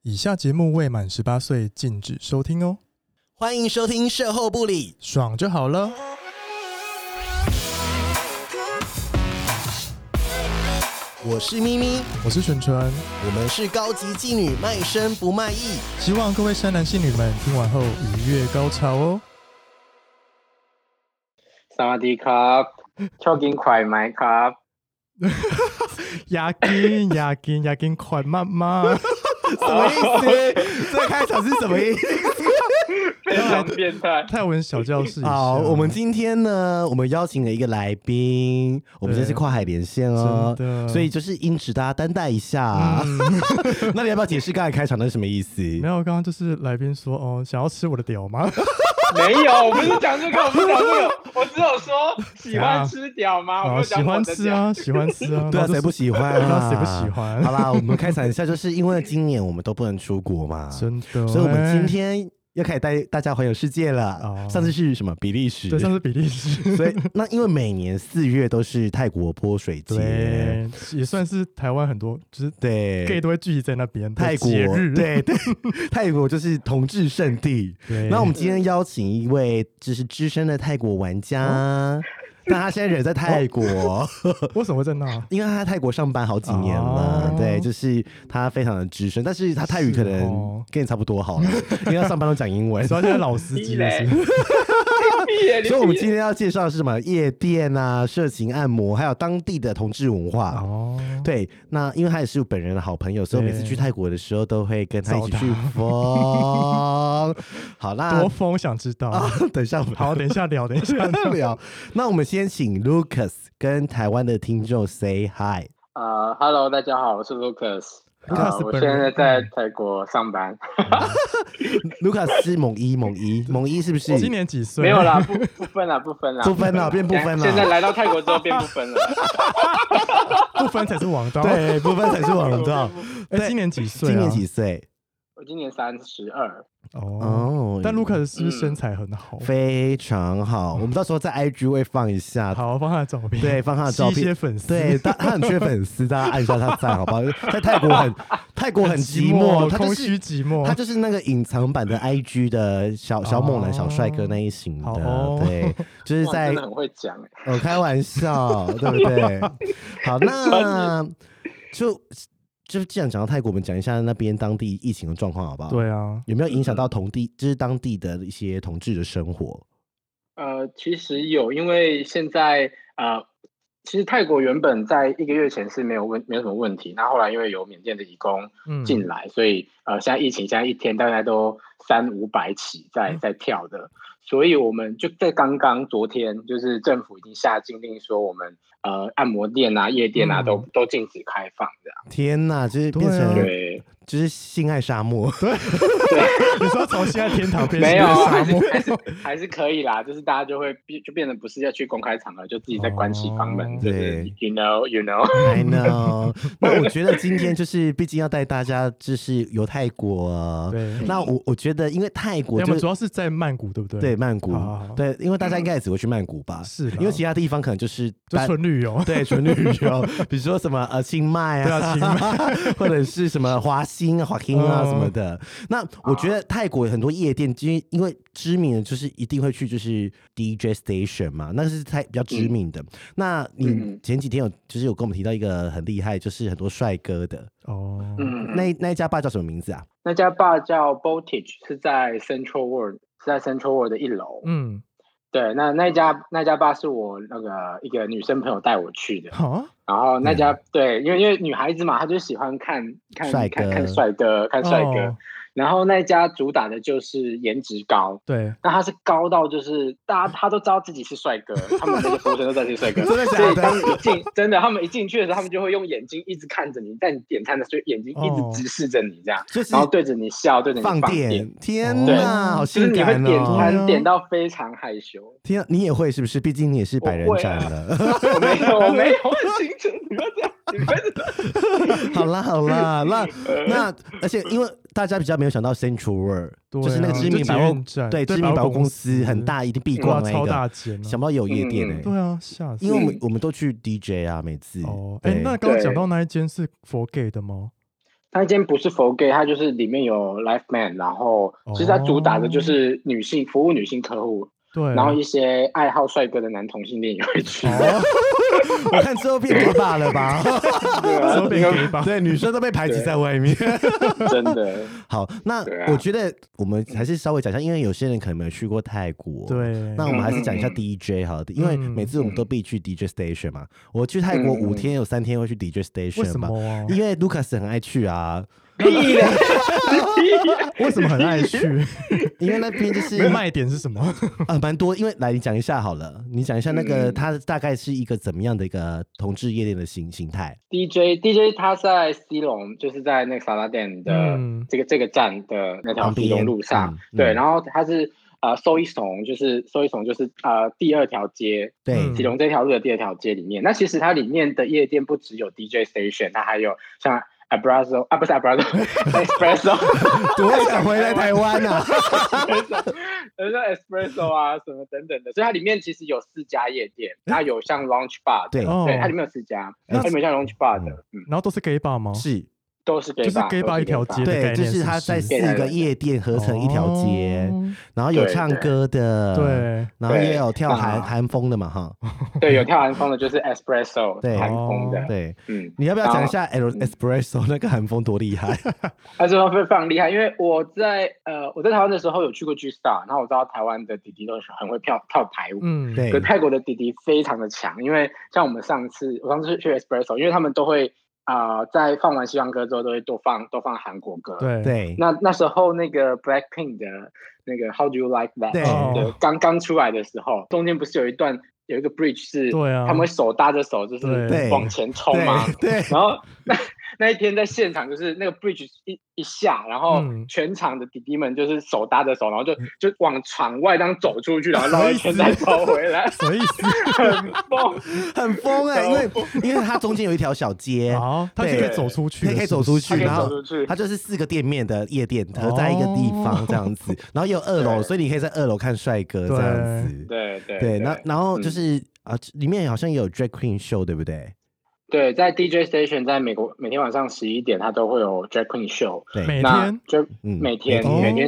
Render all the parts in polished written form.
以下节目未满18岁禁止收听哦。 欢迎收听售后不理， 爽就好了。 我是咪咪， 我是纯纯， 我们是高级妓女，卖身不卖艺。 希望各位山男信女们听完后愉悦高潮哦。 สวัสดีครับชอบกินควายไหมครับ雅金快慢慢， 什么意思？这开场是什么意思？ 非常变态。 泰文小教室。 好，我们今天呢，我们邀请了一个来宾，我们今天是跨海连线哦，所以就是音质大家担待一下。那你要不要解释刚才开场那是什么意思？ 没有，刚刚就是来宾说哦，想要吃我的屌吗？ 没有，我不是讲这个，我不是讲这个，我只有说喜欢吃屌吗？我没有讲喜欢吃啊，喜欢吃啊。 对啊，谁不喜欢啊？ 谁不喜欢？ 好啦，我们开场一下，就是因为今年我们都不能出国嘛， 真的， 所以我们今天要开始带大家环游世界了。上次是什么？比利时。 对，上次比利时。 所以那因为每年4月都是泰国泼水节， 对，也算是台湾很多就是对 gay 都会聚集在那边。 泰国对，泰国就是同志圣地。那我们今天邀请一位就是资深的泰国玩家。但他现在人在泰国， 为什么会在那？ 因为他在泰国上班好几年了，对，就是他非常的资深，但是他泰语可能跟你差不多好了，因为他上班都讲英文， 所以他现在老司机了。 所以我们今天要介绍的是什么？夜店啊、色情按摩，还有当地的同志文化。对，那因为他也是本人的好朋友，所以我每次去泰国的时候都会跟他一起去疯。好啦， 多疯想知道？ 等一下， 好，等一下聊。 那我们先请 Lucas 跟台湾的听众 say hi。 Hello， 大家好，我是 Lucas。我现在在泰国上班。 Lucas 是猛一是不是？ 今年几岁？ 没有啦，不分啦， 变不分了。 现在来到泰国之后变不分了。 不分才是王道。 对，不分才是王道。 今年几岁？ 今年几岁？ 我今年32。 但 Lucas 是不是身材很好？ 非常好。我们到时候在 IG 会放一下， 好，放他的照片。 对，放他的照片。 吸一些粉丝。 对，他很缺粉丝，大家按一下他赞，好不好？在泰国很寂寞， 空虚寂寞。 他就是那个隐藏版的 IG 的小猛男、小帅哥那一型的。对，就是在真的很会讲。 开玩笑，对不对？好，那就既然讲到泰国，我们讲一下那边当地疫情的状况，好不好？ 对啊， 有没有影响到就是当地的一些同志的生活？ 其实有，因为现在其实泰国原本在1个月前是没有什么问题，那后来因为有缅甸的移工进来，所以现在疫情现在一天大概都300-500起在跳的，所以我们就在昨天，就是政府已经下禁令说我们按摩店啊、夜店啊都禁止开放这样。 天哪，就是变成对。 就是性爱沙漠。 对，你说从性爱天堂变性爱沙漠， 还是可以啦。就是大家就变得不是要去公开场合，就自己在关起房门。对 ，you know，I know。那我觉得今天就是毕竟要带大家就是游泰国。 对。 那我觉得因为泰国主要是在曼谷，对不对？ 对，曼谷。对，因为大家应该也只会去曼谷吧？ 是。 因为其他地方可能就是纯旅游。 对，纯旅游，比如说什么清迈啊， 清迈， 或者是什么华兴啊什么的。那我觉得泰国有很多夜店，因为知名的就是一定会去，就是 DJ Station 嘛，那是比较知名的。那你前几天有跟我们提到一个很厉害，就是很多帅哥的那一家吧叫什么名字啊？ 那家吧叫 Voltage， 是在 Central World 的1楼。对，那家吧是我一个女生朋友带我去的。然后那家对，因为女孩子嘛，她就喜欢看帅哥。然后那家主打的就是颜值高。 对， 那他是高到就是他都知道自己是帅哥，他们那些服务生都知道自己是帅哥。 真的假的？ 所以当你真的，他们一进去的时候，他们就会用眼睛一直看着你，在你点餐的时候，眼睛一直直视着你这样，然后对着你笑，对着你放电。 天哪，好性感哦！ 你会点餐点到非常害羞。 天，你也会是不是？毕竟你也是百人斩了。 我没有，很清楚，你不要这样。 好啦，那而且因为大家比较没有想到 Central World，就是那个知名百货公司很大，一定闭光那一个， 超大间， 想不到有夜店哎。 对啊，吓死！ 因为我们都去 DJ 啊，每次。 那刚刚讲到那一间是 for gay 的吗？ 它那间不是 for gay， 它就是里面有 live man， 然后其实它主打的就是女性服务女性客户， 对， 然后一些爱好帅哥的男同性恋也会去。 我看之后变 gay bar 了吧？ 之后变 gay bar， 对，女生都被排挤在外面。 真的。 好，那我觉得我们还是稍微讲一下，因为有些人可能没有去过泰国， 对， 那我们还是讲一下 DJ 好了，因为每次我们都必去 DJ station 嘛。我去泰国5天有3天会去 DJ station 嘛， 为什么啊？ 因为 Lucas 很爱去啊。 屁嘞！ 为什么很爱去？ 因为那边就是卖点是什么？ 蛮多。因为来你讲一下好了，你讲一下那个它大概是一个怎么样的一个同志夜店的形态 ？DJ 他在西隆，就是在那个萨拉店的这个站的那条西隆路上，对，然后他是收一怂就是第2条街， 对， 西隆这条路的第2条街里面。那其实它里面的夜店不只有 DJ station， 它还有像Abrazo 啊，不是 Abrazo，Espresso， 多想回来台湾啊！ 像 Espresso 啊什么等等的，所以它里面其实有4家夜店，它有像 Lounge Bar， 对，它里面有4家，它里面像 Lounge Bar 的， 然后都是 gay bar 吗？ 是。 都是 gay bar， 就是 gay bar 一条街的概念， 对，就是它在4个夜店合成一条街，然后有唱歌的， 对， 然后也有跳韩风的嘛，哈， 对，有跳韩风的，就是 Espresso， 对， 韩风的， 对，你要不要讲一下 Espresso 那个韩风多厉害？ 它真的非常厉害，因为我在台湾的时候有去过 G Star， 然后我知道台湾的弟弟都很会跳排舞， 对， 可泰国的弟弟非常的强，因为像我上次去 Espresso， 因为他们都会。在放完西洋歌之后，都会多放韩国歌。 对， 那时候那个 Blackpink 的那个 How Do You Like That， 对，刚出来的时候，中间不是有一个 bridge 是，他们会手搭着手，就是往前冲嘛。 对， 然后那一天在现场，就是那个 bridge 一下，然后全场的弟弟们就是手搭着手，然后就往场外这样走出去，然后绕一圈再走回来。 什么意思？ 很疯哎，因为它中间有一条小街， 它可以走出去， 可以走出去，然后它就是4个店面的夜店合在一个地方这样子，然后也有2楼，所以你可以在2楼看帅哥这样子。对，然后就是里面好像也有 drag queen show， 对不对？ 对，在 DJ Station， 在美国每天晚上11点，它都会有 drag queen show。 对，每天就每天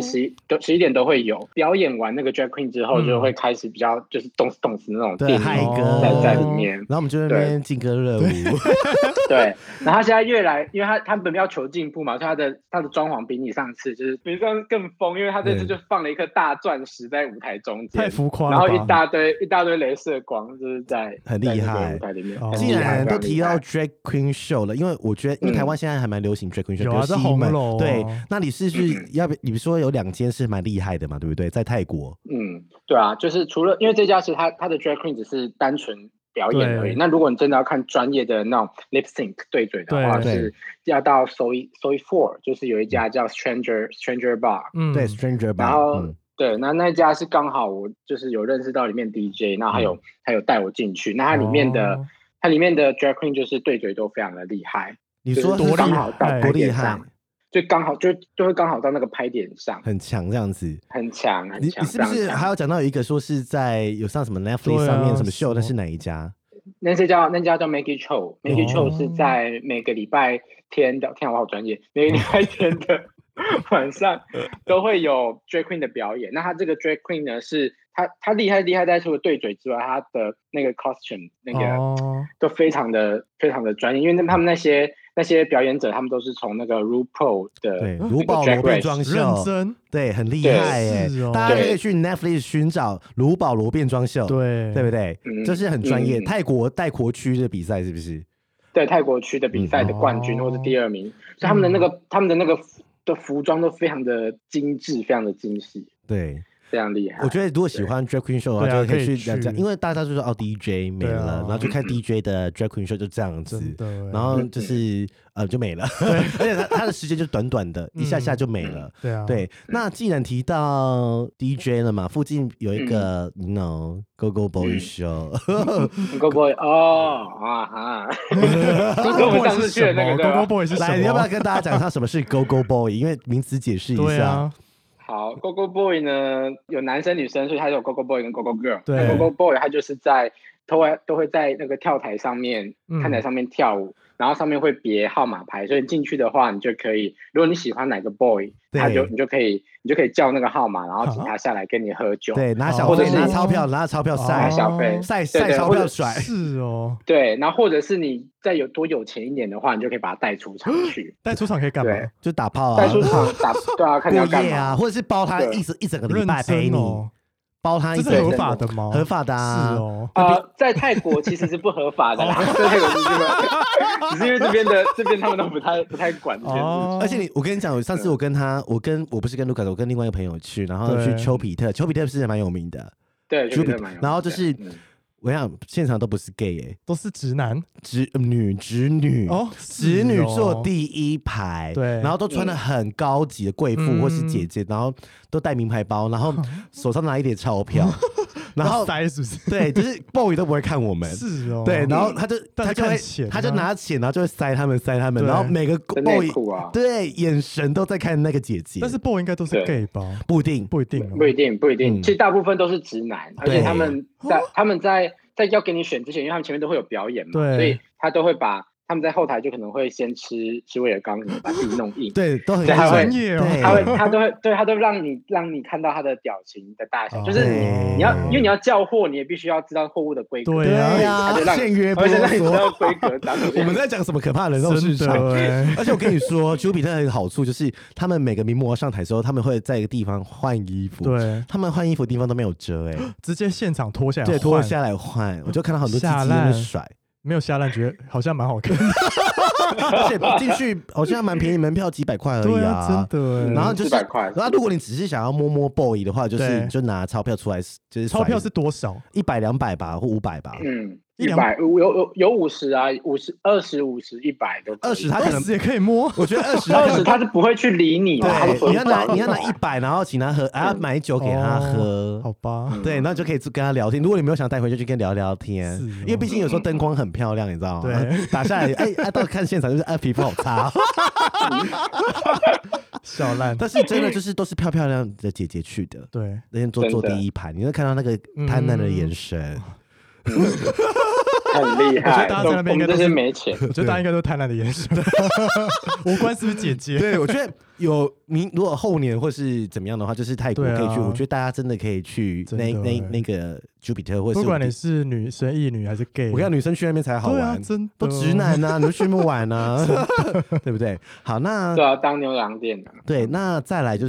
11点都会有表演完那个 drag queen 之后，就会开始比较就是动次那种电音在里面， 然后我们就在那边劲歌热舞。 对，然后他现在因为他本要求进步嘛，所以他的装潢比你上次就是比上次更疯，因为他这次就放了一颗大钻石在舞台中间， 太浮夸了吧， 然后一大堆镭射光，就是在很厉害舞台里面。 既然都提到 drag queen show 了，因为我觉得因为台湾现在还蛮流行 drag queen show， 有啊，在红楼。 对，那你是你说有2间是蛮厉害的嘛，对不对？在泰国。 对啊，就是除了因为这家其实他的 drag queen 只是单纯表演而已。那如果你真的要看专业的那种 lip sync 对嘴的话，是要到 Soy 4， 就是有一家叫 Stranger Bar， 对 Stranger Bar， 然后对，那一家是刚好我就是有认识到里面 DJ， 那还有带我进去，那它里面的 drag queen 就是对嘴都非常的厉害。 你说多厉害？ 多厉害？ 就刚好就会刚好到那个拍点上， 很强这样子， 很强。 你是不是还有讲到有一个说是在有上什么 Netflix 上面什么秀？那是哪一家？ 那家叫 Maggie Cho，Maggie Cho 是在每个礼拜天的，天我好专业，每个礼拜天的晚上都会有 drag queen 的表演。那他这个 drag queen 呢，是他厉害在除了对嘴之外，他的那个 costume 那个都非常的专业，因为他们那些表演者，他们都是从那个 RuPaul 的卢保罗变装秀， 认真， 对，很厉害耶！大家可以去 Netflix 寻找卢保罗变装秀，对不对？就是很专业。泰国带国区的比赛是不是？ 对，泰国区的比赛的冠军或是第2名，所以他们的那个的服装都非常的精致，非常的精细， 对。 非常厉害。 我觉得如果喜欢 drag queen show 的话，就可以去讲，因为大家就说DJ 没了，然后就看 DJ 的 drag queen show 就这样子，然后就是就没了，而且他的时间就短短的，一下就没了。对，那既然提到 DJ 了嘛，附近有一个 Go Go Boy show，Go Boy 跟我们上次去的那个 Go Go Boy 是什么？ 来，你要不要跟大家讲他什么是 Go Go Boy？ 因为名词解释一下。 好 ，Go Go Boy 呢有男生女生，所以他有 Go Go Boy 跟 Go Go Girl。Go Go Boy 他就是都会在那个跳台上面、看台上面跳舞， 然后上面会别号码牌，所以进去的话，你就可以，如果你喜欢哪个 boy， 你就可以叫那个号码，然后请他下来跟你喝酒， 对，拿小费、拿钞票、拿钞票晒小费、 晒钞票甩， 是哦， 对，然后或者是你再有钱一点的话，你就可以把他带出场去。 带出场可以干嘛？ 就打炮啊， 带出场对啊，看你要干嘛啊，或者是包他一整个礼拜陪你。包他一这是合法的吗？ 合法的啊， 是哦。 在泰国其实是不合法的啦，在泰国只是因为这边他们都不太管这件事。 而且我跟你讲，上次我不是跟卢卡斯，我跟另外一个朋友去，然后去丘比特不是蛮有名的， 对，丘比特蛮有名的。 然后就是我想现场都不是 gay 都是直男、 直女直女坐第一排，对，然后都穿得很高级的贵妇或是姐姐，然后都带名牌包，然后手上拿一叠钞票。然后塞是不是？ 对，就是 boy 都不会看我们， 是哦。 对，然后他就拿钱，然后就会塞他们，然后每个 boy 对眼神都在看那个姐姐。 但是 boy 应该都是 gay 吧？ 不一定。 其实大部分都是直男，而且他们在要给你选之前，因为他们前面都会有表演嘛，所以他都会把。他们在后台就可能会先吃威尔刚，把自己弄硬， 对，都很专业哦。 他都让你看到他的表情的大小，就是因为你要叫货，你也必须要知道货物的规格， 对啊，现约不让你知道规格。 我们在讲什么可怕的人肉市场？而且我跟你说，丘比特有一个好处就是，他们每个名模上台的时候，他们会在一个地方换衣服，对，他们换衣服的地方都没有遮， 直接现场脱下来， 对，脱下来换，我就看到很多鸡鸡在那甩。 没有下烂，觉得好像蛮好看的， 而且进去好像蛮便宜，门票几百块而已啊， 真的。 然后就是，然后如果你只是想要摸 boy 的话，就是你就拿钞票出来，就是钞票是多少 ？100、200吧，或500吧。 100有50啊，50、20、50、100都 20，他可能也可以摸。 我觉得20 他是不会去理你的。 对，你要拿100，然后请他喝，买酒给他喝， 好吧？ 对，然后就可以跟他聊天。如果你没有想带回去，就跟聊聊天，因为毕竟有时候灯光很漂亮，你知道吗？对，打下来，到看现场就是皮肤好差， 小烂。 但是真的就是都是漂漂亮的姐姐去的， 对， 那天坐第一排，你会看到那个贪婪的眼神。 很厉害， 我觉得大家在那边应该都是没钱。 我觉得大家应该都贪婪的眼神，无关是不是姐姐。 对，我觉得如果后年或是怎么样的话，就是泰国可以去。我觉得大家真的可以去那个丘比特，或是不管你是女生、异女还是 gay， 我跟女生去那边才好玩， 真的都直男啊，你就去那边玩啊，对不对？好，那对啊，当牛郎店的。 对，那再来就是。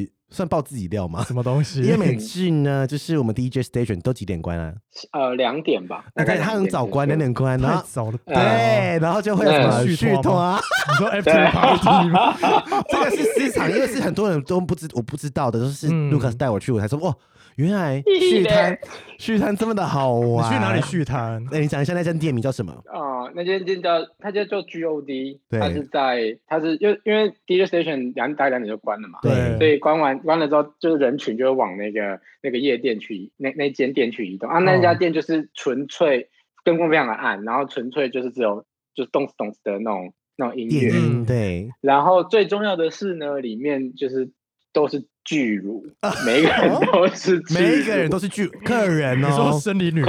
算爆自己料吗？ 什么东西？ 因为每次呢，就是我们 DJ station 都几点关啊 ？2点吧。 对，他很早关，2点关， 太早了。 对，然后就会有什么续托啊？ 你说 after party 吗？ 这个是私藏，因为是很多人都我不知道的，都是 Lucas 带我去，我才说哇。原来续摊这么的好玩。 你去哪里续摊？ 你讲一下那间店名叫什么？ 那间店它叫做 GOD， 它是因为 DJ Station 大概2点就关了嘛，对，所以关了之后，就是人群就会往那个夜店去，那间店去移动啊。那家店就是纯粹灯光非常的暗，然后纯粹就是只有就是动次的那种音乐， 对。 然后最重要的是呢，里面就是都是巨乳，每一个人都是巨乳， 每一个人都是巨客人哦。 你说生理女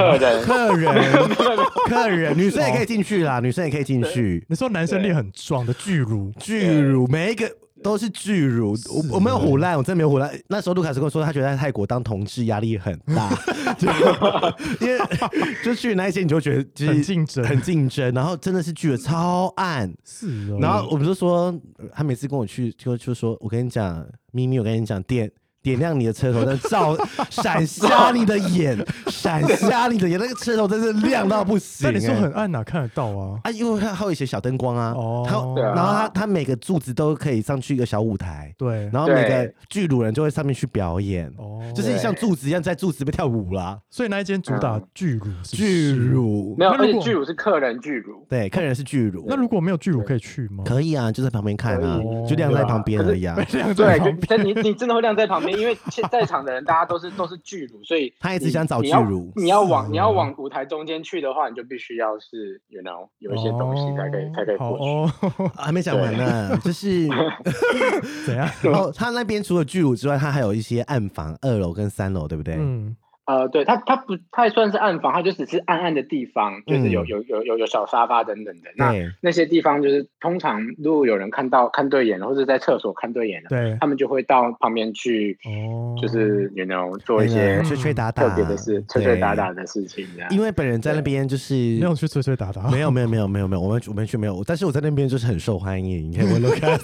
客人，女生也可以进去啦，女生也可以进去。 你说男生脸很壮的巨乳， 每一个都是巨乳。我没有唬烂，我真的没有唬烂。那时候卢卡斯跟我说，他觉得在泰国当同志压力很大，因为就去那一些你就觉得就是很竞争，然后真的是巨乳超暗， 是哦。 然后我们就说，他每次跟我去就说，我跟你讲。咪咪，我跟你讲，点亮你的车头灯，闪瞎你的眼，那个车头真是亮到不行。 但你说很暗哪看得到啊？ 因为它有一些小灯光啊。然后它每个柱子都可以上去一个小舞台。 对。 然后每个巨乳人就会上面去表演。就是像柱子一样，在柱子里面跳舞啦。 所以那一间主打巨乳， 没有，而且巨乳是客人巨乳。 对，客人是巨乳。 那如果没有巨乳可以去吗？ 可以啊，就在旁边看啊，就亮在旁边而已啊。 对，但你真的会亮在旁边，因为在场的人大家都是巨乳，所以他一直想找巨乳。 你要往舞台中间去的话，你就必须要是有一些东西才可以过去。 还没讲完呢，就是怎样？ 然后他那边除了巨乳之外，他还有一些暗房，2楼跟3楼，对不对？ 对，它不太算是暗房，它就只是暗暗的地方，就是有小沙发等等的。那些地方就是通常如果有人看对眼了，或者在厕所看对眼了， 对， 他们就会到旁边去，就是做一些吹吹打打特别的事，吹吹打打的事情。 因为本人在那边就是没有去吹吹打打， 没有，我们去没有，但是我在那边就是很受欢迎，你可以问 Lucas。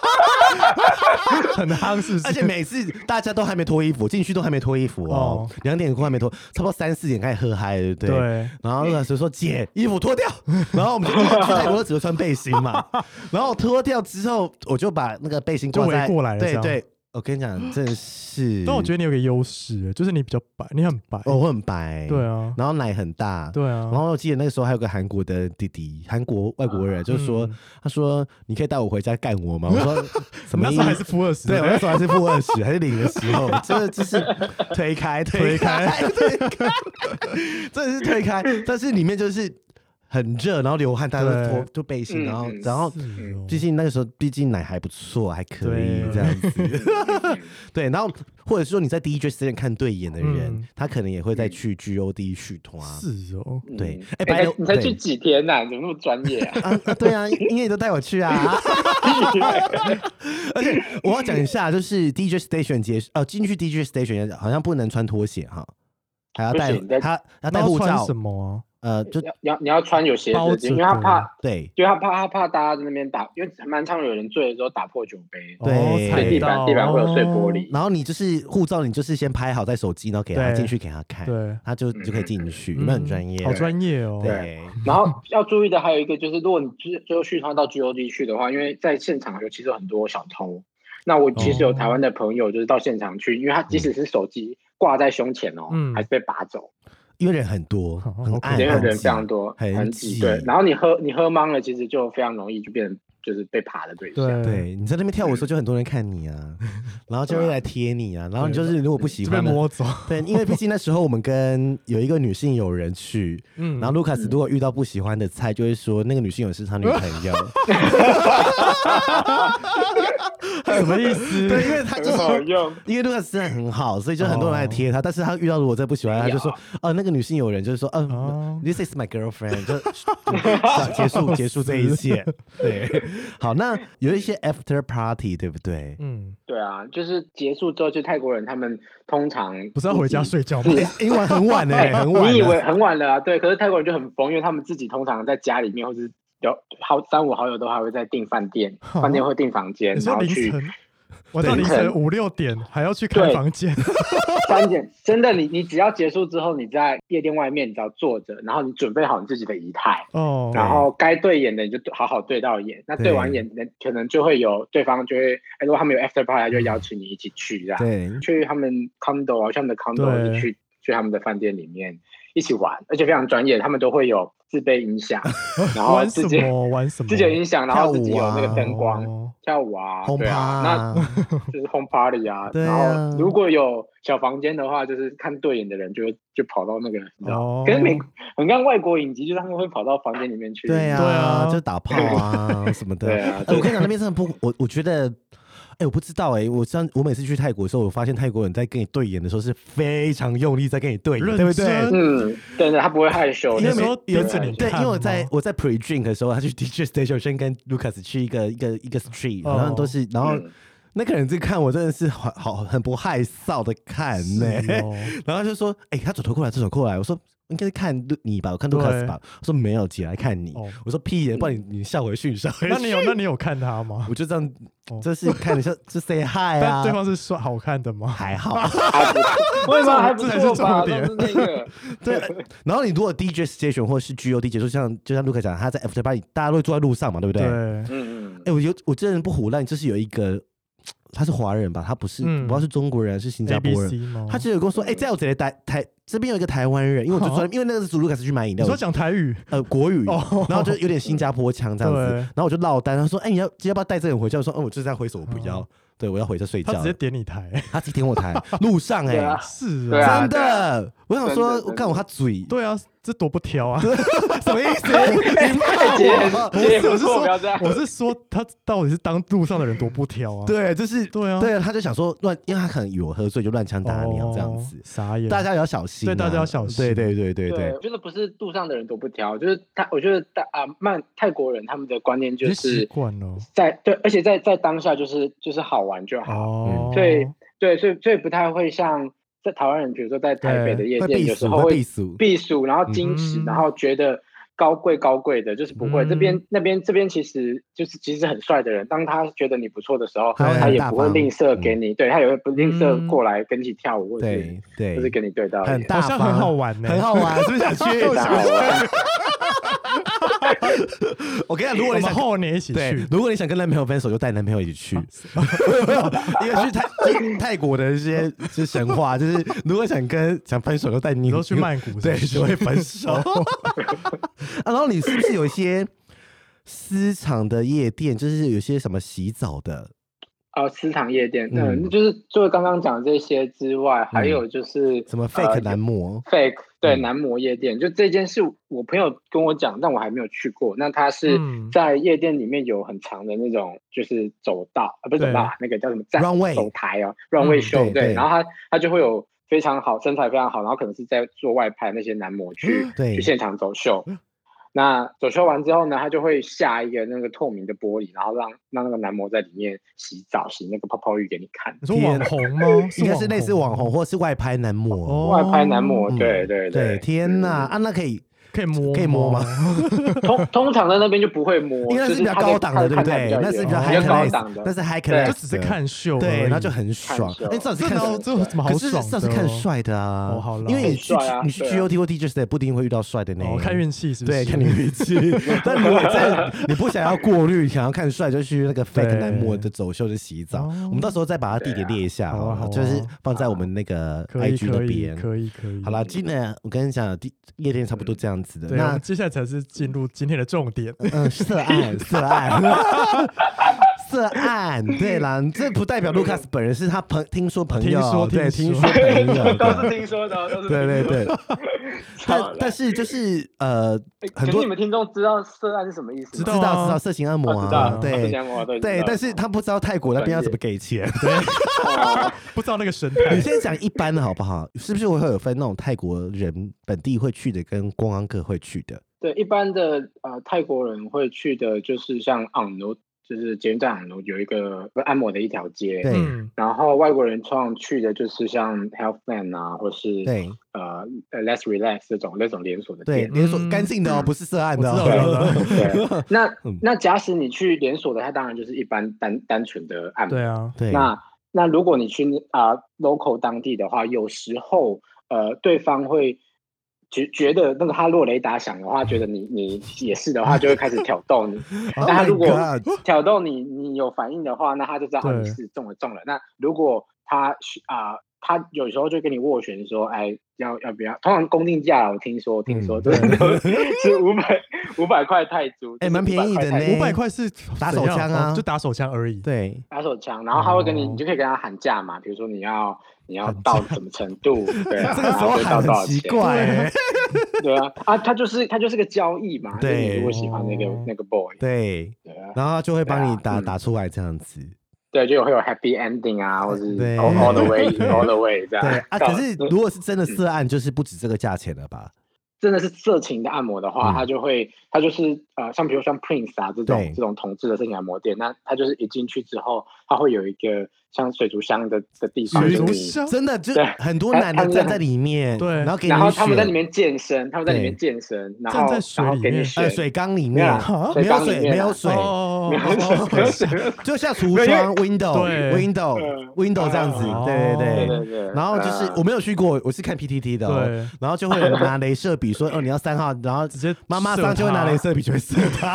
很夯是不是？ 而且每次大家都还没脱衣服，进去都还没脱衣服哦，2点多还没脱，差不多3、4点开始喝嗨，对不对？ 对。 然后Lucas就说：“姐，衣服脱掉。”然后我们就去泰国只会穿背心嘛，然后脱掉之后，我就把那个背心挂在就围过来了， 对。我跟你讲，真的是。 但我觉得你有个优势，就是你比较白，你很白。 我很白。 对啊。 然后奶很大。 对啊。 然后我记得那个时候还有个韩国的弟弟，韩国外国人，就是说，他说：“你可以带我回家干我吗？”我说：“什么？” 那时候还是负20。 对，我那时候还是负20，还是0的时候，真的就是推开，真的是推开，但是里面就是很热，然后流汗，大家都脱背心，然后毕竟那个时候，奶还不错，还可以这样子。对，然后或者说你在DJ station 看对眼的人，他可能也会再去 GOD 续团。 是哦， 对。 你才去几天啊？怎么那么专业啊？ 对啊，因为你都带我去啊。而且我要讲一下，就是 DJ station 进去 DJ station 好像不能穿拖鞋哈，还要带护照。 什么啊？ 就你要穿有鞋子，因为他怕， 对， 因为他怕大家在那边打，因为蛮常有人醉的时候打破酒杯， 对， 地板会有碎玻璃。 然后你就是护照，你就是先拍好在手机，然后给他进去给他看， 对， 他就可以进去，你们很专业， 好专业哦。 对，然后要注意的还有一个就是，如果你最后续团到 GOD 去的话，因为在现场其实有很多小偷。那我其实有台湾的朋友就是到现场去，因为他即使是手机挂在胸前还是被拔走。 因为人很多，很暗， 因为人非常多， 很挤。对，然后你喝懵了，其实就非常容易就变成就是被爬的对象。 对，你在那边跳舞的时候，就很多人看你啊，然后就会来贴你啊，然后你就是如果不喜欢被摸走。 对，因为毕竟那时候我们跟有一个女性友人去，然后 Lucas 如果遇到不喜欢的菜，就会说那个女性友人是他女朋友。 什么意思？ 对，因为他就是因为 Lucas 真的很好，所以就很多人来贴他。但是他遇到如果真的不喜欢，他就说那个女性友人就是说this is my girlfriend， 就结束这一切。对，好，那有一些 after party， 对不对？ 对啊，就是结束之后，就泰国人他们通常不是要回家睡觉吗？ 因为很晚很晚。 你以为很晚了啊？对，可是泰国人就很疯，因为他们自己通常在家里面或者是有3、5好友都还会在订饭店会订房间，然后去。 我到凌晨5、6点还要去开房间 ，3点真的，你只要结束之后，你在夜店外面，你只要坐着，然后你准备好你自己的仪态，然后该对眼的你就好好对到眼，那对完眼可能就会有对方就会，如果他们有 after party， 就会邀请你一起去这样， 对， 去他们 condo 去他们的 condo 去他们的饭店里面一起玩，而且非常专业，他们都会有自备音响，然后玩什么自己的音响，然后自己有那个灯光，跳舞啊，对啊，那就是 home party 啊，然后如果有小房间的话，就是看对眼的人就跑到那个，可是很看外国影集，就是他们会跑到房间里面去， 对啊，就打炮啊什么的， 对啊， 我跟你讲那边真的不，我觉得。我不知道我每次去泰国的时候，我发现泰国人在跟你对眼的时候是非常用力在跟你对眼，对不对？ 对的，他不会害羞。 因为对， 因为我在 pre drink 的时候，他去 DJ station 先跟 Lucas 去一个 street， 然后都是，然后那个人在看我真的是很不害臊的看呢，然后就说，他走过来，我说。应该是看你吧，我看 Lucas 吧。我说没有，姐来看你。我说屁耶，不然你笑回去， 那你有看他吗？ 我就这样，就是看你就 say hi 啊。 但对方是说好看的吗？ 还好， 为什么还不错吧？ 对。然后你如果 DJ station 或是 GOD 结束，就像 Lucas 讲，他在 after party， 大家都会坐在路上嘛，对不对？ 对。 我真的不唬烂，就是有一个。他是华人吧？他不是，我不知道是中国人还是新加坡人。他只有跟我说：“在我这里这边有一个台湾人，因为我就因为那个是卢卡斯去买饮料。” 你说讲台语？ 国语，然后就有点新加坡腔这样子。然后我就落单，他说：“你要不要带这个人回家？”我说：“我就是在挥手，我不要。”对，我要回家睡觉。 他直接点你台， 他直接点我台，路上是真的。我想说，我看我他嘴， 对啊， 这多不挑啊？ 什么意思？你骂我？ 不要这样。 我是说他到底是当路上的人多不挑啊？ 对，就是对啊， 对，他就想说因为他可能以为我喝醉就乱枪打鸟这样子， 傻眼， 大家也要小心， 对，大家要小心， 对， 我觉得不是路上的人多不挑，就是我觉得泰国人他们的观念就是习惯了， 而且在当下就是好玩就好，所以不太会像在台湾人，比如说在台北的夜店，有时候会避暑，然后矜持，然后觉得高贵的，就是不会。这边其实很帅的人，当他觉得你不错的时候，他也不会吝啬给你，对他也会不吝啬过来跟你一起跳舞，或者是跟你对到， 很大方， 很好玩呢， 很好玩，是不是想去？我跟你讲，如果你想后年一起去， 如果你想跟男朋友分手，就带男朋友一起去。因为去泰国的一些就是神话，就是如果想分手，就带你都去曼谷， 对，就会分手。然后你是不是有一些私藏的夜店，就是有些什么洗澡的？ 私藏夜店，就是除了刚刚讲这些之外，还有就是什么 fake 男模 ，fake 对男模夜店，就这件事，我朋友跟我讲，但我还没有去过。那他是在夜店里面有很长的那种，就是走道不是走道，那个叫什么 runway 走台runway show，对，然后他就会有非常好身材非常好，然后可能是在做外拍那些男模去现场走秀。那走秀完之后呢，他就会下一个那个透明的玻璃，然后让那个男模在里面洗澡，洗那个泡泡浴给你看。 你说网红吗？ 应该是类似网红，或是外拍男模。 外拍男模，对。 天哪，那可以摸吗？ 通常在那边就不会摸， 因为那是比较高档的，对不对？那是比较 high class 的，那是 high class， 就只是看秀， 对，然后就很爽。 哎， 这是看， 这有什么好爽的？ 可是这是看帅的啊，因为你去 GOT 或 TGS 不一定会遇到帅的呢。 看运气是不对， 是？ 看你运气。但如果你不想要过滤，想要看帅，就去那个 fake 男模的走秀就洗澡。我们到时候再把它地点列一下，就是放在我们那个 IG 那边。 可以。 好了，今天我跟你讲，夜店差不多这样子的。 那接下来才是进入今天的重点。 色案，对啦，这不代表卢卡斯本人，是他听说朋友，对，听说朋友， 都是听说的， 对。但是就是很多你们听众知道色案是什么意思？ 知道色情按摩啊，对，但是他不知道泰国那边要怎么给钱，对， 不知道那个生态。 你先讲一般的好不好？是不是会有分那种泰国人本地会去的，跟观光客会去的？ 对，一般的泰国人会去的，就是像昂奴，就是捷运站昂奴有一个按摩的一条街， 对。 然后外国人通常去的就是像 Healthman 啊，或是Let's Relax 这种连锁的店， 对，连锁干净的哦，不是涉案的哦。对，那假使你去连锁的，它当然就是一般单纯的按摩。 对啊， 对。 那如果你去local 当地的话，有时候对方会觉得那个他若雷达响的话，觉得你也是的话，就会开始挑逗你。那他如果挑逗你有反应的话，那他就知道你是中了。那如果他有时候就跟你斡旋说，哎，要不要？通常公定价我听说对，是500块泰铢， 蛮便宜的呢。 500块是打手枪啊， 就打手枪而已。 对， 打手枪，然后他会跟你就可以跟他喊价嘛，比如说你要到什么程度，对啊， 这个时候喊很奇怪， 对啊，他就是个交易嘛，对，你如果喜欢那个 boy， 对，然后他就会帮你打出来这样子。 对，就会有 happy ending 啊，或是 all the way 这样。 对啊，可是如果是真的色案，就是不止这个价钱了吧？ 真的是色情的按摩的话，他就是像比如像 Prince 啊这种同志的色情按摩店，那他就是一进去之后，他会有一个像水族箱的地方， 水族箱真的就很多男的站在里面， 对， 然后给你然后他们在里面健身，然后站在水里面， 水缸里面没有水，就像橱窗 window 这样子，对。然后就是我没有去过，我是看 PTT 的，然后就会拿雷射笔说你要3号，然后直接妈妈上就会拿雷射笔就会射他。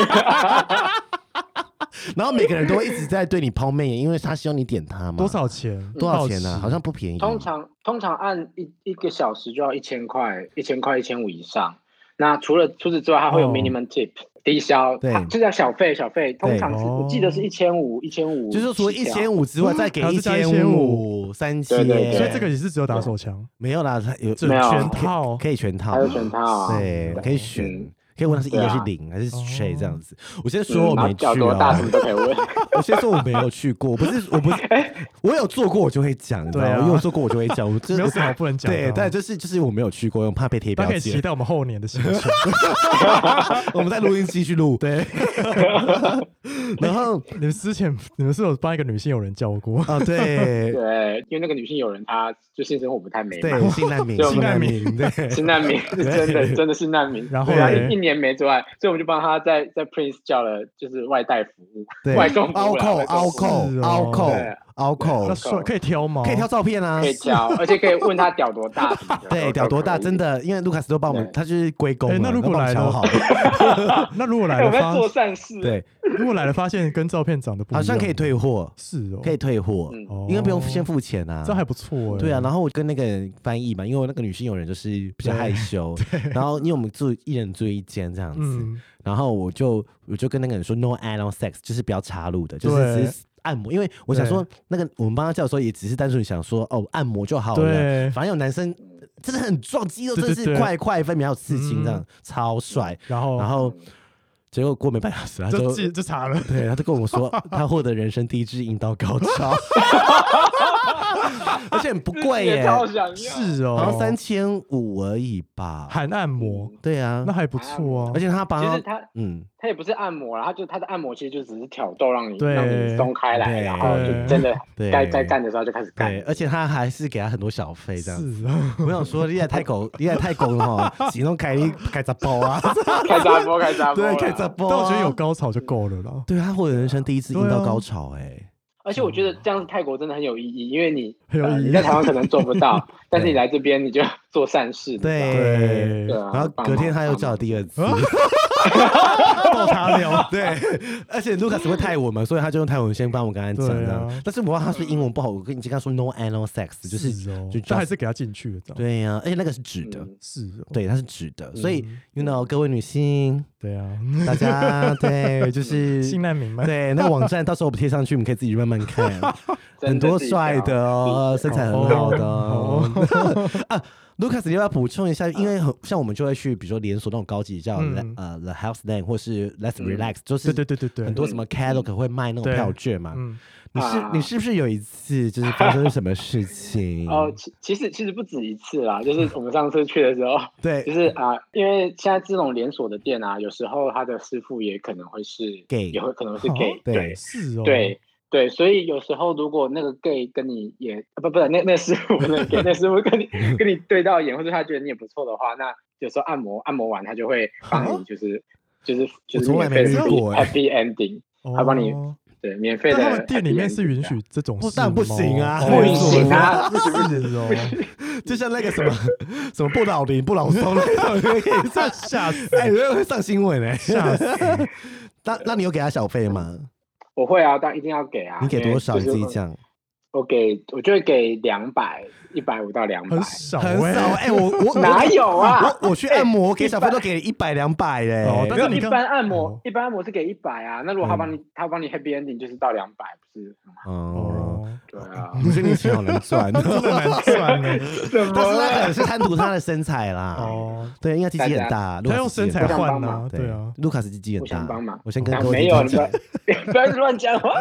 然后每个人都会一直在对你抛媚眼，因为他希望你点他嘛。 多少钱呢？好像不便宜。 通常按一个小时就要1000块，1500以上。那除此之外，它会有 minimum tip， 低消， 对， 这叫小费，通常是我记得是1500， 就是除了1500之外，再给1500、3000， 所以这个也是只有打手枪， 没有啦，它有全套， 可以全套， 还有全套， 对，可以选。可以问他是1还是0还是谁这样子。我先说我没去脚多大什么都可以问。 我先说我没有去过，我不是，我有做过我就会讲，你知道吗？因为我做过我就会讲，我没有什么不能讲。 对，但就是我没有去过，我怕被贴标签。 大家可以期待我们后年的行程。 我们在录音继续录。对。然后你们是有帮一个女性友人叫过啊？对， 因为那个女性友人她就性生活不太美满， 对，性难民，对， 性难民是真的是难民。 然后 1年没做爱，所以我们就帮他在 Prince 叫了，就是外带服务，外送服务， 凹扣， 那可以挑吗？ 可以挑照片啊， 可以挑，而且可以问他屌多大。 对，屌多大，真的，因为卢卡斯都帮我们，他就是归公。 那如果来了，那如果来了， 我在做善事。 对， 如果来了发现跟照片长得不一样， 好像可以退货， 是哦， 可以退货，应该不用先付钱啊， 这还不错。 对啊，然后我跟那个翻译嘛，因为我那个女性友人就是比较害羞，然后因为我们一人住一间这样子，然后我就跟那个人说 no anal sex， 就是不要插入的，就是只是按摩，因为我想说那个我们帮他叫的时候也只是单纯想说按摩就好了，反正有男生真的很壮，肌肉真的是块分明，还有刺青这样，超帅。然后结果过没半小时，他就查了， 对，他就跟我说他获得人生第一支阴道高潮。而且很不贵耶， 是哦， 好像3500而已吧， 含按摩。 对啊， 那还不错啊。 而且他帮他， 他也不是按摩啦，他的按摩其实就只是挑逗，让你松开来，然后就真的该干的时候就开始干。 对，而且他还是给他很多小费这样子。我想说，你也太狗了哈，只能开杂包啊， 开杂包， 对，开杂包。 但我觉得有高潮就够了啦。 对，他获得人生第一次阴道高潮， 而且我觉得这样泰国真的很有意义，因为你在台湾可能做不到，但是你来这边你就做善事。 对，然后隔天他又叫我第二次， 爆他料。 对，而且卢卡斯会泰文嘛，所以他就用泰文先帮我跟他讲这样。但是我他说英文不好，我跟你刚刚说 no anal sex， 就是就还是给他进去了。 对呀，而且那个是纸的， 是， 对，它是纸的，所以 you know 各位女性， 对啊， 大家对就是性难民们， 对，那个网站到时候我们贴上去，你们可以自己慢慢看，很多帅的哦，身材很好的啊。卢卡斯，你要不要补充一下？因为像我们就会去，比如说连锁那种高级叫The Health Land 或是 Let's Relax， 就是对， 很多什么 catalog 会卖那种票券嘛。你是不是有一次就是发生什么事情？ 其实不止一次啦，就是我们上次去的时候， 对， 就是因为现在这种连锁的店啊，有时候他的师傅也可能会是 gay， 也会可能是 gay， 对， 是哦， 对，所以有时候如果那个 gay 跟你也那师傅那师傅跟你对到眼，或者他觉得你也不错的话，那有时候按摩完他就会帮你就是免费的 happy ending， 他帮你对免费的。 但他们店里面是允许这种事吗？ 但不行啊， 不行啊，不行。 就像那个什么不老林不老松那种， 吓死！ 会上新闻吓死！那你有给他小费吗？ 我会啊，但一定要给啊。 你给多少？你自己讲。 我就会给200，150到200， 很少。我哪有啊？ 我去按摩给小费都给100-200嘞。 但是一般按摩是给100啊。那如果他帮你 happy ending 就是到200，不是？对啊。 我觉得你钱好难赚， 真的难赚呢。 但是他可能是贪图他的身材啦。对，因为鸡鸡很大， 他用身材换啊。对啊， 卢卡斯鸡鸡很大。 我想帮忙。 我先跟各位没有，不要乱讲话。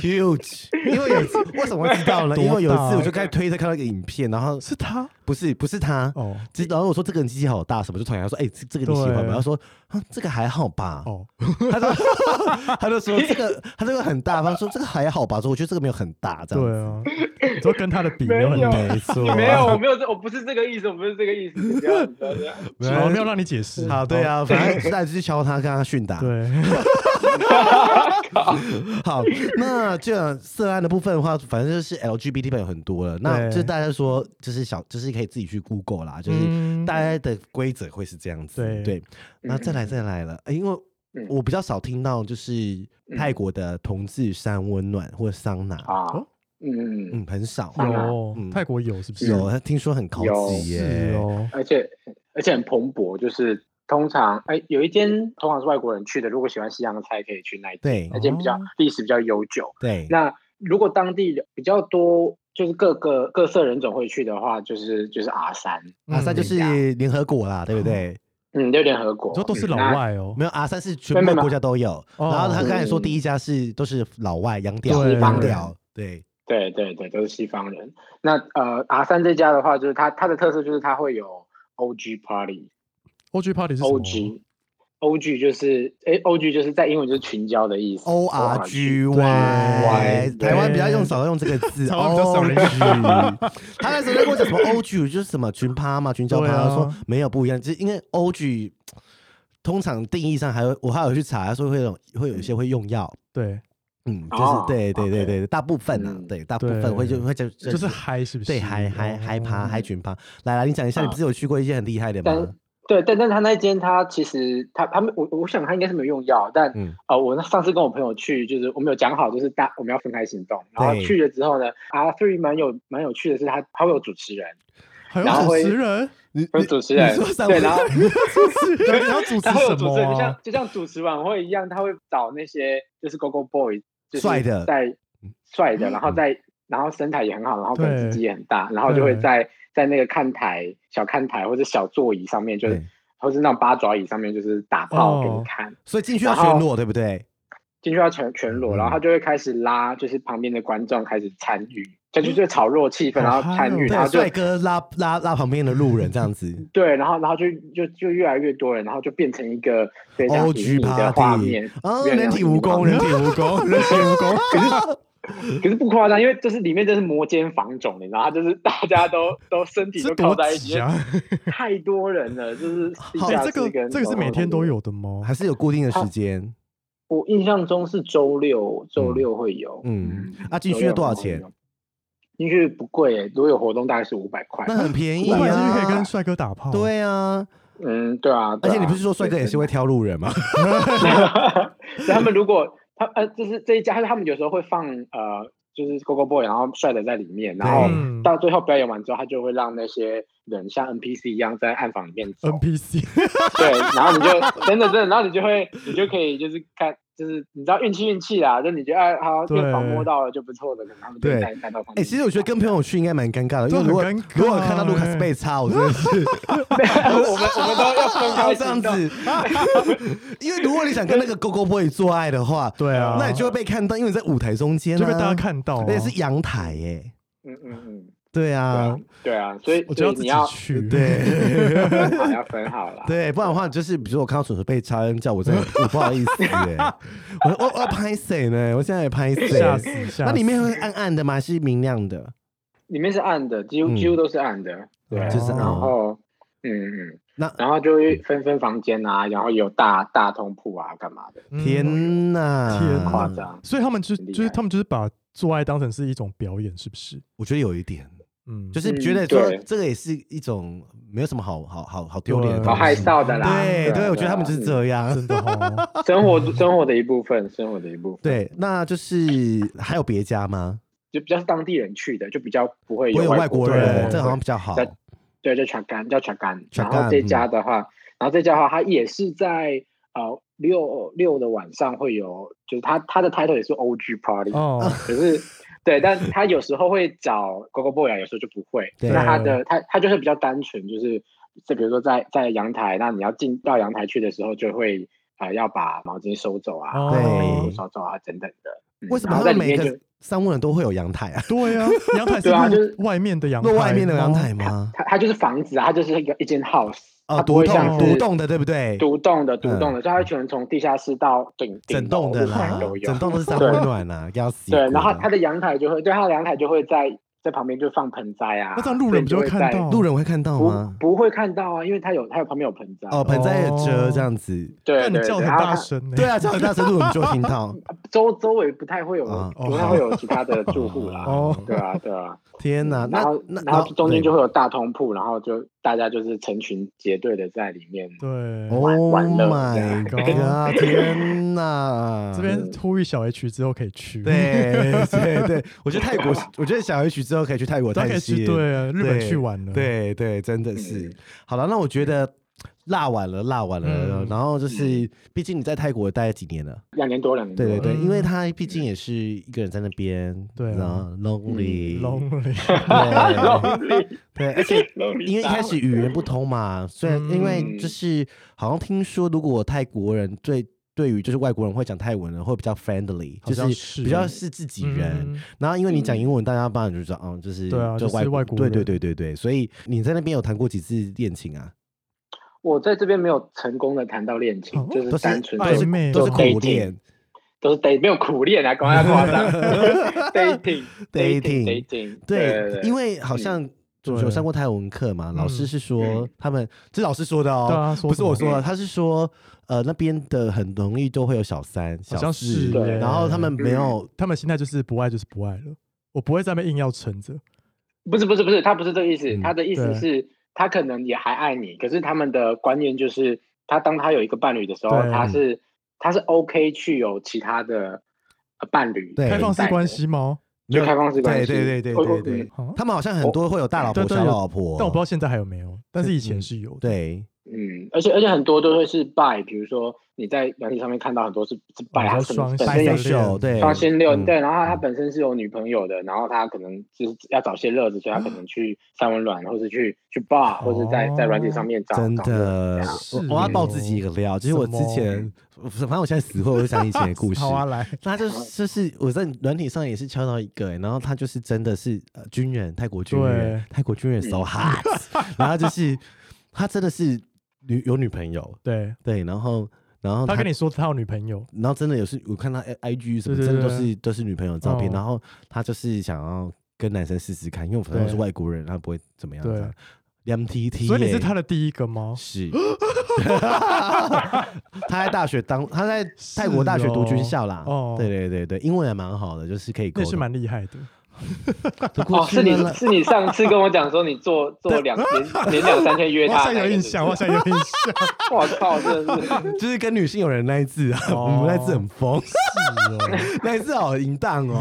Huge， 因为为什么会知道呢？因为有一次我就在推特看到一个影片，然后是他， 不是他哦。然后我说这个人鸡鸡好大什么，就传来说这个你喜欢吗？他说这个还好吧。他就说他这个很大方，说这个还好吧。说我觉得这个没有很大这样。 对啊，你说跟他的比没有很没错。 没有，我不是这个意思，不要这样。 我没有让你解释。 好，对啊，反正再去敲他，跟他训打。 对。 好，那这样涉案的部分的话，反正就是 LGBT 朋友很多了。那就大家说，就是可以自己去 Google 啦，就是大家的规则会是这样子。对，那再来了，因为我比较少听到就是泰国的同志山温暖或桑拿啊。很少。 有，泰国有是不是？ 有，听说很高级耶。 而且很蓬勃，就是通常有一间通常是外国人去的，如果喜欢西洋菜可以去那一间， 对， 那间比较历史比较悠久。 对， 那如果当地比较多，就是各色人种会去的话，就是 R3，R3 就是联合国啦，对不对？ 对，联合国， 这都是老外哦， 没有 R3是全部国家都有。然后他刚才说第一家都是老外洋屌， 西方人， 对。 对，都是西方人。那R3这家的话，就是它的特色就是它会有 OG Party。OG Party 是什么 ？OG 就是OG 就是在英文就是群交的意思。 ORGY， 台湾比较少用这个字。 台湾比较少人去。 他那时候在跟我讲什么 OG 就是什么群趴嘛，群交趴。他说没有不一样，就是因为 OG 通常定义上我还有去查，他说会有一些会用药。 对。 就是对，大部分啊，对，大部分会就是嗨，是不是？ 对，嗨趴，嗨群趴。来，你讲一下，你不是有去过一些很厉害的吗？ 对，但他那间他其实我想他应该是没有用药，但我上次跟我朋友去，就是我们有讲好，就是我们要分开行动，然后去了之后呢，R3蛮有趣的是他会有主持人， 还有主持人， 有主持人，对，然后他主持什么啊？ 就像主持晚会一样，他会找那些就是 Go Boy。 帅的， 然后身材也很好，然后可能自己也很大，然后就会在那个小看台或者小座椅上面，就是或是那种八爪椅上面，就是打炮给你看。 所以进去要全裸，对不对？ 进去要全裸，然后他就会开始拉，就是旁边的观众开始参与，就炒热气氛，然后参与，然后帅哥拉旁边的路人这样子。 对，然后就越来越多人，然后就变成一个非常隐秘的画面。 人体蜈蚣。 可是不夸张，因为就是里面就是摩肩房肿，你知道，他就是大家都身体都靠在一起，太多人了，就是这个是每天都有的吗？ 还是有固定的时间？ 我印象中是周六会有。 进去要多少钱？ 进去不贵如果有活动大概是500块， 那很便宜啊，500进去可以跟帅哥打炮。 对啊， 对啊， 而且你不是说帅哥也是会挑路人吗？ 他们如果就是这一家，他们有时候会放就是 Go Boy， 然后帅的在里面，然后到最后表演完之后，他就会让那些人像 NPC 一样在暗房里面走。 NPC 对，然后你就真的，然后你就可以就是看，就是你知道运气啦，就你觉得好电房摸到了就不错的，可能他们就带到旁边。 其实我觉得跟朋友去应该蛮尴尬的，因为如果看到卢卡斯被插，我真的是我们都要分开这样子。因为如果你想跟那个 Go Boy 做爱的话， 对啊， 那你就会被看到，因为你在舞台中间就被大家看到， 而且是阳台耶。对啊， 所以我就要自己去， 对， 要分好了， 对，不然的话就是，比如说我看到蠢蠢被插，叫我真的我不好意思我要拍谁呢？我现在也拍谁？ 吓死！ 那里面会暗暗的吗？还是明亮的？ 里面是暗的，几乎都是暗的，对， 就是然后然后就会分房间啊，然后有大通铺啊，干嘛的？ 天哪， 夸张！ 所以他们就是把做爱当成是一种表演，是不是？ 我觉得有一点，就是觉得说这个也是一种没有什么好丢脸的， 好害臊的啦。 对，我觉得他们就是这样， 真的哦， 生活的一部分， 对，那就是还有别家吗？ 就比较是当地人去的，就比较不会有外国人，这好像比较好。 对，叫茶干。然后这家的话，它也是在6的晚上会有，就是它的 title 也是 OG Party，可是对，但他有时候会找 Go Boy 有时候就不会。那他就是比较单纯，就是比如说在阳台，那你要进到阳台去的时候，就会要把毛巾收走啊，对，收走啊等等的。 为什么每个商务人都会有阳台啊？ 对啊，阳台是就是外面的阳台， 外面的阳台吗？ 它就是房子啊，它就是一间 house。 独栋的对不对？ 独栋的，所以它全从地下室到整栋的啦，整栋都是三温暖啦，要死。 对，然后它的阳台就会在旁边就放盆栽啊。 那这样路人不就会看到？ 路人会看到吗？ 不会看到啊，因为它旁边有盆栽。 盆栽也遮这样子。 对， 那你叫很大声。 对啊，叫很大声，路人就会听到。 周围不太会有其他的住户啦。对啊。 天哪！ 然后中间就会有大通铺，然后就大家就是成群结队的在里面玩乐。 Oh my god！ 天哪！ 这边呼吁小 H 之后可以去。 对，我觉得小 H 之后可以去泰国泰西。 对啊，日本去玩了。 对，真的是。好了，那我觉得辣完了，然后就是，毕竟你在泰国待了几年了 ？2年多。 对，因为他毕竟也是一个人在那边， 对啊 ，lonely， 对，而且因为一开始语言不通嘛，虽然因为就是好像听说，如果泰国人对于就是外国人会讲泰文的会比较 friendly， 就是比较是自己人。然后因为你讲英文，大家当然就知道，就是对啊， 就外国人。 对，所以你在那边有谈过几次恋情啊？ 我在这边没有成功的谈到恋情，就是单纯都是苦恋， 都是没有苦恋啊，刚刚夸张dating， 对，因为好像有上过泰文课嘛，老师是说他们，这老师说的哦，不是我说的，他是说那边的很容易都会有小三、小四，然后他们没有， 他们心态就是不爱就是不爱了，我不会在那边硬要撑着。 不是，他不是这个意思，他的意思是。他可能也还爱你，可是他们的观念就是，当他有一个伴侣的时候，他是 OK 去有其他的伴侣， 开放式关系吗？ 就开放式关系， 对，他们好像很多会有大老婆、小老婆， 但我不知道现在还有没有，但是以前是有的。 对， 而且很多都会是 bi， 比如说你在软体上面看到很多是 bi， 他可能本身有双性恋，对，然后他本身是有女朋友的，然后他可能就是要找些乐子，所以他可能去三温暖，或者去 bar， 或者在软体上面找。 真的，我要爆自己一个料，就是我之前，反正我现在死会，我就想以前的故事。 好啊，来， 那就是我在软体上也是敲到一个，然后他就是真的是军人，泰国军人 so hot， 然后就是他真的是。有女朋友， 对， 然后他跟你说他有女朋友， 然后真的有是我看他 IG 什么，真的都是女朋友的照片，然后他就是想要跟男生试试看，因为我朋友是外国人，他不会怎么样的。MTT， 所以你是他的第一个吗？ 是，他在大学他在泰国大学读军校啦，对，英文也蛮好的，就是可以沟通， 那是蛮厉害的。 是你上次跟我讲说你做连2-3天约他， 我好像有印象。我靠，真的是就是跟女性友人那一次啊，我们那一次很疯，是哦，那一次好淫荡哦。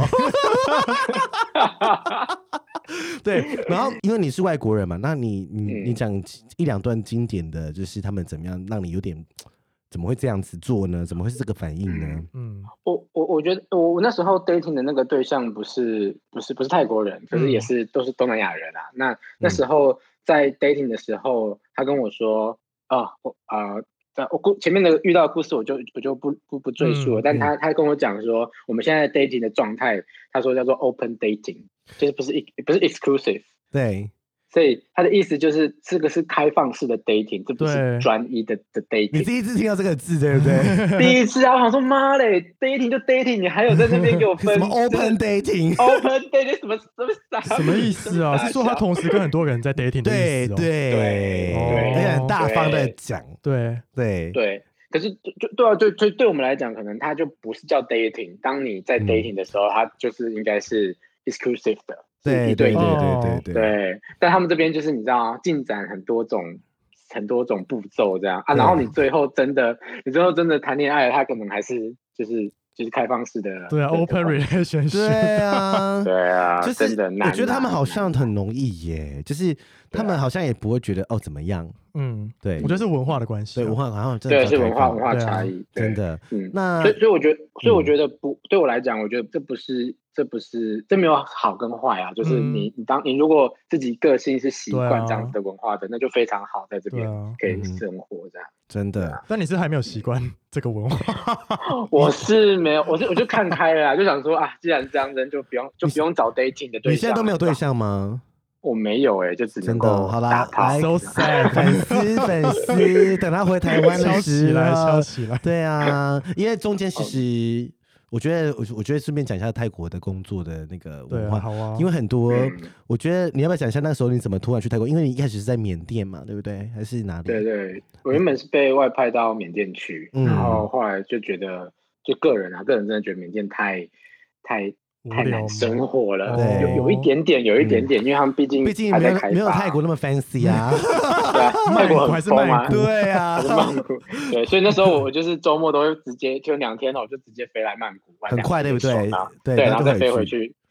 对，然后因为你是外国人嘛，那你讲1-2段经典的，就是他们怎么样让你有点。怎么会这样子做呢？怎么会是这个反应呢？ 我觉得我那时候 dating 的那个对象不是泰国人，可是也是都是东南亚人啊。那时候在 dating 的时候，他跟我说我前面的遇到的故事我就不赘述了，但他跟我讲说，我们现在 dating 的状态，他说叫做 open dating， 就是不是 exclusive， 对。 所以他的意思就是这个是开放式的 dating， 这不是专一的 dating。 你第一次听到这个字对不对？ 第一次啊，我想说妈嘞 ，dating 就 dating， 你还有在那边给我分什么 open dating？open dating 什么意思啊？是说他同时跟很多人在 dating 的意思？ 对，而且很大方的讲， 对。 可是就对我们来讲，可能他就不是叫 dating。当你在 dating 的时候，他就是应该是 exclusive 的。 对， 但他们这边就是你知道进展很多种步骤这样啊，然后你最后真的谈恋爱了，他可能还是就是开放式的， 对啊 ，open relationship， 对啊， 就是真的难。 我觉得他们好像很容易耶，就是他们好像也不会觉得怎么样，对， 我觉得是文化的关系， 对，文化好像真的是文化差异， 真的， 那所以我觉得不，对我来讲，我觉得这没有好跟坏啊，就是你如果自己个性是习惯这样子的文化的，那就非常好，在这边可以生活这样。 真的， 但你是还没有习惯这个文化？ 我是没有，我就看开了，就想说既然这样子，就不用找 dating 的对象。 你现在都没有对象吗？ 我没有就只能够好啦，来 ，so sad， 粉丝，等他回台湾的时候， 敲起来， 对啊，因为中间其实。我觉得顺便讲一下泰国的工作的那个文化， 好啊， 因为很多，我觉得你要不要讲一下那时候你怎么突然去泰国？因为你一开始是在缅甸嘛，对不对？还是哪里？ 对，我原本是被外派到缅甸去，然后后来就觉得，就个人真的觉得缅甸太难生活了，有一点点，因为他们毕竟还在开发， 没有泰国那么 fancy 啊， 对啊，泰国很疯啊， 对啊， 对，所以那时候我就是周末都会直接就2天我就直接飞来曼谷， 很快对不对？ 对，然后再飞回去，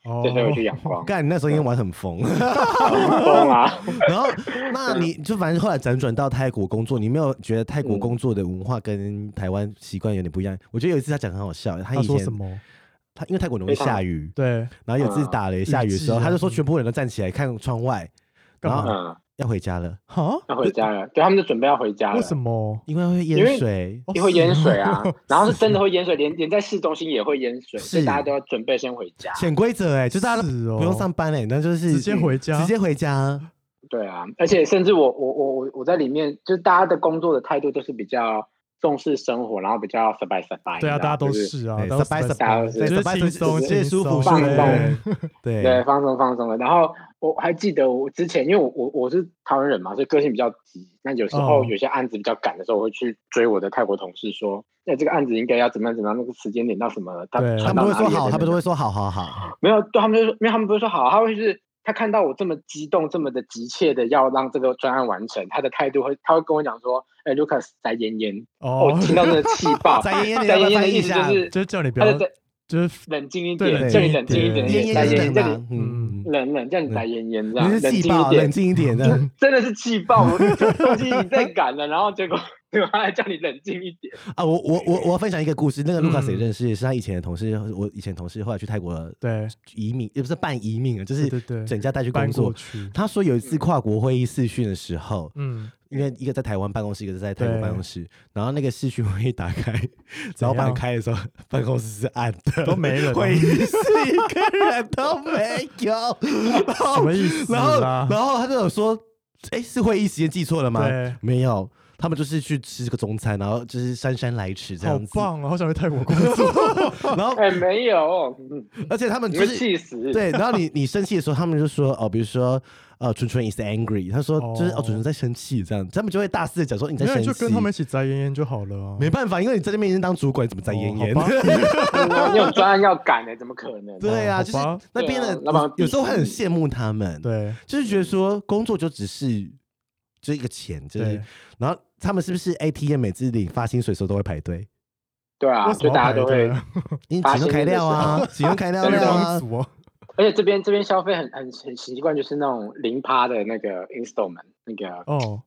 所以会去阳光。 干，你那时候应该玩很疯， 很疯啊！ 然后，那你就反正后来辗转到泰国工作，你没有觉得泰国工作的文化跟台湾习惯有点不一样？我觉得有一次他讲很好笑，他以前说什么？ 他因为泰国容易下雨， 对， 然后有次打雷下雨的时候，他就说全部人都站起来看窗外，然后要回家了， 要回家了，对他们就准备要回家了。 为什么？ 因为会淹水， 因为会淹水啊，然后是真的会淹水，连在市中心也会淹水，所以大家都要准备先回家。 潜规则就是大家不用上班那就是直接回家， 直接回家。 对啊，而且甚至我在里面，就是大家的工作的态度都是比较重视生活，然后比较sbay。 对啊，大家都是啊 ，sbay， 就是轻松、 舒服、 放松， 对， 放松的。然后我还记得我之前，因为我是台湾人嘛，所以个性比较急。那有时候有些案子比较赶的时候，我会去追我的泰国同事说，这个案子应该要怎么样，那个时间点到什么了？他们不会说好，他们都会说好。 没有，对他们就说，因为他们不会说好，他会是。他看到我这么激动，这么的急切的要让这个专案完成，他的态度他会跟我讲说：“Lucas，翟妍妍。”我听到这个气爆， 翟妍妍的意思就是叫你不要， 就是冷静一点，叫你冷静一点，翟妍妍叫你冷，叫你翟妍妍这样， 冷静一点的， 真的是气爆，我东西已经在赶了，然后结果他还叫你冷静一点啊！我要分享一个故事，那个 Lucas 也认识，是他以前的同事，我以前同事后来去泰国移民，也不是办移民啊，就是整家带去工作。他说有一次跨国会议视讯的时候，因为一个在台湾办公室，一个在泰国办公室，然后那个视讯会议打开，老板开的时候，办公室是暗的， 都没人， 会议室一个人都没有， 什么意思？ 然后他就有说，是会议时间记错了吗？没有。他们就是去吃这个中餐，然后就是姗姗来迟这样子。 好棒啊！好想去泰国工作。 然后没有， 而且他们就是气死。 对，然后你生气的时候，他们就说比如说纯纯 is angry， 他说就是纯纯在生气这样，他们就会大肆的讲说你在生气， 就跟他们一起翟妍妍就好了啊。 没办法，因为你在这边已经当主管，怎么翟妍妍？ 你有专案要赶怎么可能？ 对啊，就是那边的有时候会很羡慕他们， 对， 就是觉得说工作就只是一个钱，就是然后。他们是不是 ATM 每次领发薪水的时候都会排队？ 对啊，就大家都会启动开料啊，启动开料啊。 而且这边消费很习惯，就是那种0%的那个 installment， 那个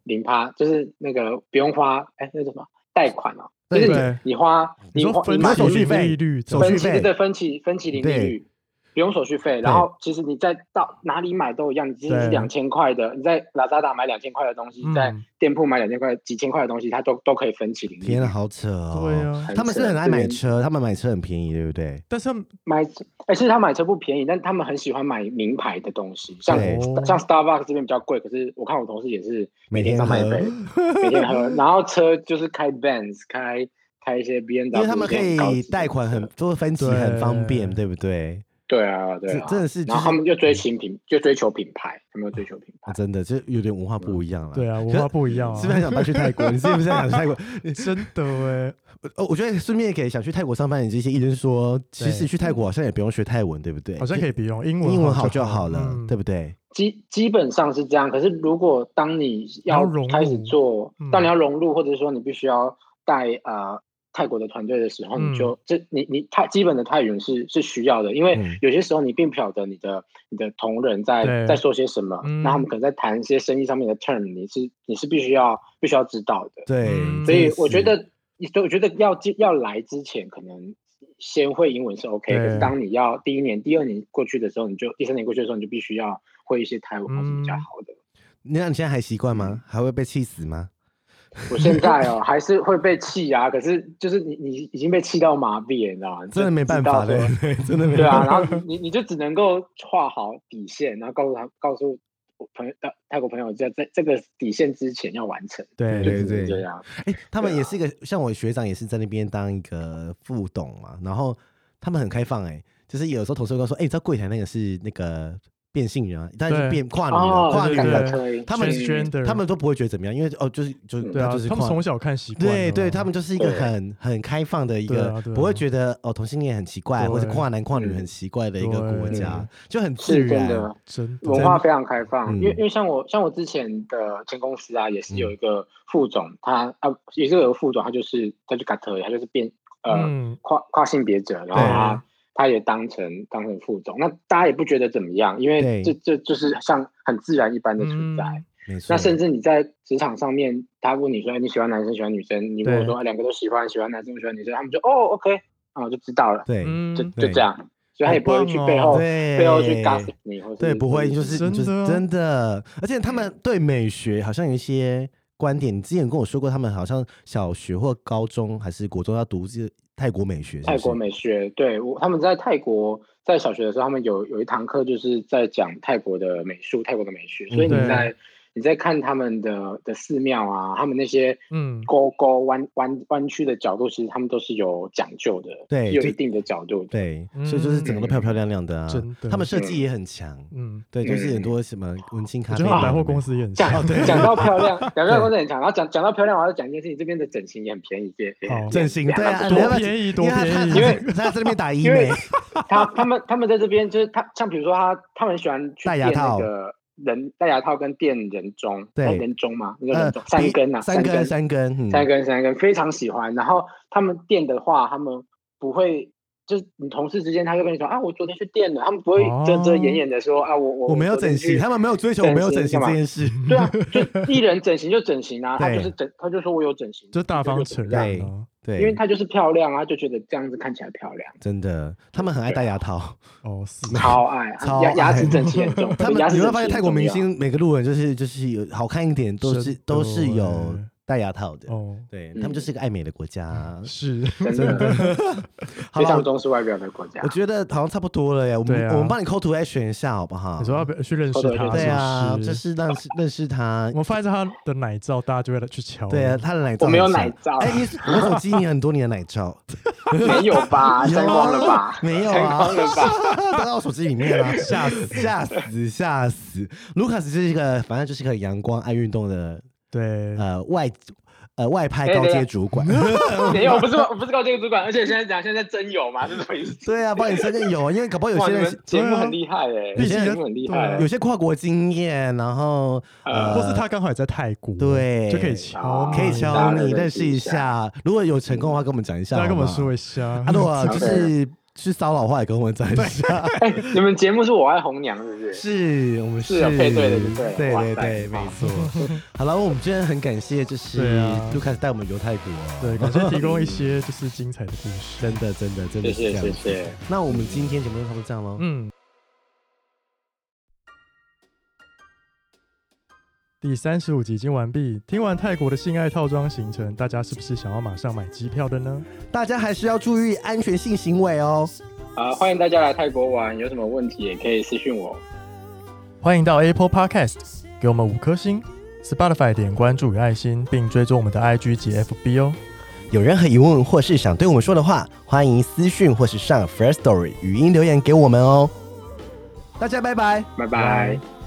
0%就是那个不用花，那什么贷款哦，就是你花手续费， 对，分期零利率。不用手续费，然后其实你在到哪里买都一样，你即使是2000块的，你在 Lazada 买2000块的东西，在店铺买2000块、几千块的东西，它都可以分期零利率。 天啊，好扯哦！ 对啊， 他们是很爱买车，他们买车很便宜，对不对？ 但是其实他买车不便宜，但他们很喜欢买名牌的东西，像 Starbucks 这边比较贵，可是我看我同事也是每天上买一杯，每天喝，然后车就是开 Benz 开一些 BMW， 因为他们可以贷款做分期很方便，对不对？ 对啊， 真的是， 然后他们就追求品牌，他们又追求品牌， 真的就有点文化不一样了。 对啊，文化不一样啊。 是不是很想搬去泰国？你是不是想去泰国？ 真的我觉得顺便给想去泰国上班的这些艺人说，其实去泰国好像也不用学泰文，对不对？ 好像可以不用，英文好就好了，对不对？ 基本上是这样。可是如果当你要开始做，当你要融入，或者说你必须要带泰国的团队的时候，你就你基本的泰语是需要的，因为有些时候你并不晓得你的同仁在说些什么，那他们可能在谈一些生意上面的 term， 你是必须要知道的。 对， 所以我觉得要来之前，可能先会英文是 OK， 可是当你要第1年、第2年过去的时候，第3年过去的时候，你就必须要会一些泰文，还是比较好的。 那你现在还习惯吗？还会被气死吗？ 我现在还是会被气啊，可是就是你已经被气到麻痹了，你知道吗？ 真的没办法的，真的没办法。 对啊，然后你就只能够画好底线，然后告诉泰国朋友，在这个底线之前要完成。 对， 这样。 他们也是一个像我学长，也是在那边当一个副董嘛，然后他们很开放，就是有时候同事会说，你知道柜台那个是那个变性人啊，但是变跨女了，跨女人，他们都不会觉得怎么样，因为就是对啊，他们从小看习惯，对，他们就是一个很开放的一个，不会觉得同性恋很奇怪，或者跨男跨女很奇怪的一个国家，就很自然， 真的文化非常开放。因为像我之前的前公司啊，也是有一个副总，他也是有个副总，他就 Gater， 他就是变跨性别者，然后他也当成副总，那大家也不觉得怎么样，因为这就是像很自然一般的存在。那甚至你在职场上面，他问你说你喜欢男生喜欢女生，你跟我说两个都喜欢男生喜欢女生，他们就OK， 我就知道了， 对， 就这样，所以他也不会去背后去 gossip 你，或对，不会，就是真的，而且他们对美学好像有一些观点，你之前跟我说过，他们好像小学或高中还是国中要读泰国美学， 泰国美学，对，他们在泰国在小学的时候，他们有一堂课就是在讲泰国的美术、泰国的美学，所以你在看他们的寺庙啊，他们那些勾弯曲的角度，其实他们都是有讲究的， 对， 有一定的角度的， 对，所以就是整个都漂漂亮亮的啊， 真的， 他们设计也很强，对，就是很多什么文青咖啡， 百货公司也很强， 讲到漂亮，百货公司很强，然后讲到漂亮，我要讲一件事情，这边的整形也很便宜， 整形对啊， 多便宜， 因为他在这边打医美， 他们在这边就是像比如说他们喜欢去垫那个。戴牙套跟垫人中， 对人中吗？那个人中三根，非常喜欢。然后他们垫的话，他们不会，就是你同事之间，他就跟你说我昨天去垫了，他们不会遮掩掩的说我没有整形，他们没有追求我没有整形这件事。 对啊，就艺人整形就整形啊，他就说我有整形， 就大方承认啊。 对， 因为他就是漂亮啊，就觉得这样子看起来漂亮。 真的，他们很爱戴牙套超爱，牙齿整齐很重。 他们你会发现泰国明星每个路人就是有好看一点，都是有戴牙套的。对他们就是一个爱美的国家， 是真的非常重视外表的国家。 我觉得好像差不多了耶，我们帮你抠图来选一下好不好？ 你说要去认识他， 对啊，就是认识他。 我们发现他的奶照，大家就会去瞧。 对啊，他的奶照我没有奶照。 我手机你很多你的奶照， 没有吧？删光了吧？ 没有啊， 删光了吧？ 都在我手机里面啊，吓死！卢卡斯就是反正就是一个阳光爱运动的。 对， 外派高阶主管， 没有，我不是高阶主管，而且现在真有嘛？是什么意思？ 对啊，帮你真的有，因为搞不好有些人节目很厉害有些节目很厉害， 有些跨国经验，然后或是他刚好也在泰国， 对， 就可以敲你认识一下。如果有成功的话，跟我们讲一下， 再跟我们说一下。 如果就是骚扰的话，也跟我们讲一下。 你们节目是我爱红娘，是不是？ 是我们是有配对的， 对，没错。好了，我们今天很感谢，就是卢卡斯带我们游泰国， 对，感谢提供一些就是精彩的故事， 真的是这样。谢谢。那我们今天节目就差不多这样咯。 第35集已经完毕，听完泰国的性爱套装行程，大家是不是想要马上买机票的呢？ 大家还是要注意安全性行为哦。 欢迎大家来泰国玩，有什么问题也可以私讯我。 欢迎到 Apple Podcast 给我们5颗星 ，Spotify 点关注与爱心，并追踪我们的 IG 及 FB 哦。 有任何疑问或是想对我们说的话，欢迎私讯或是上 First Story 语音留言给我们哦。大家拜拜， 拜拜。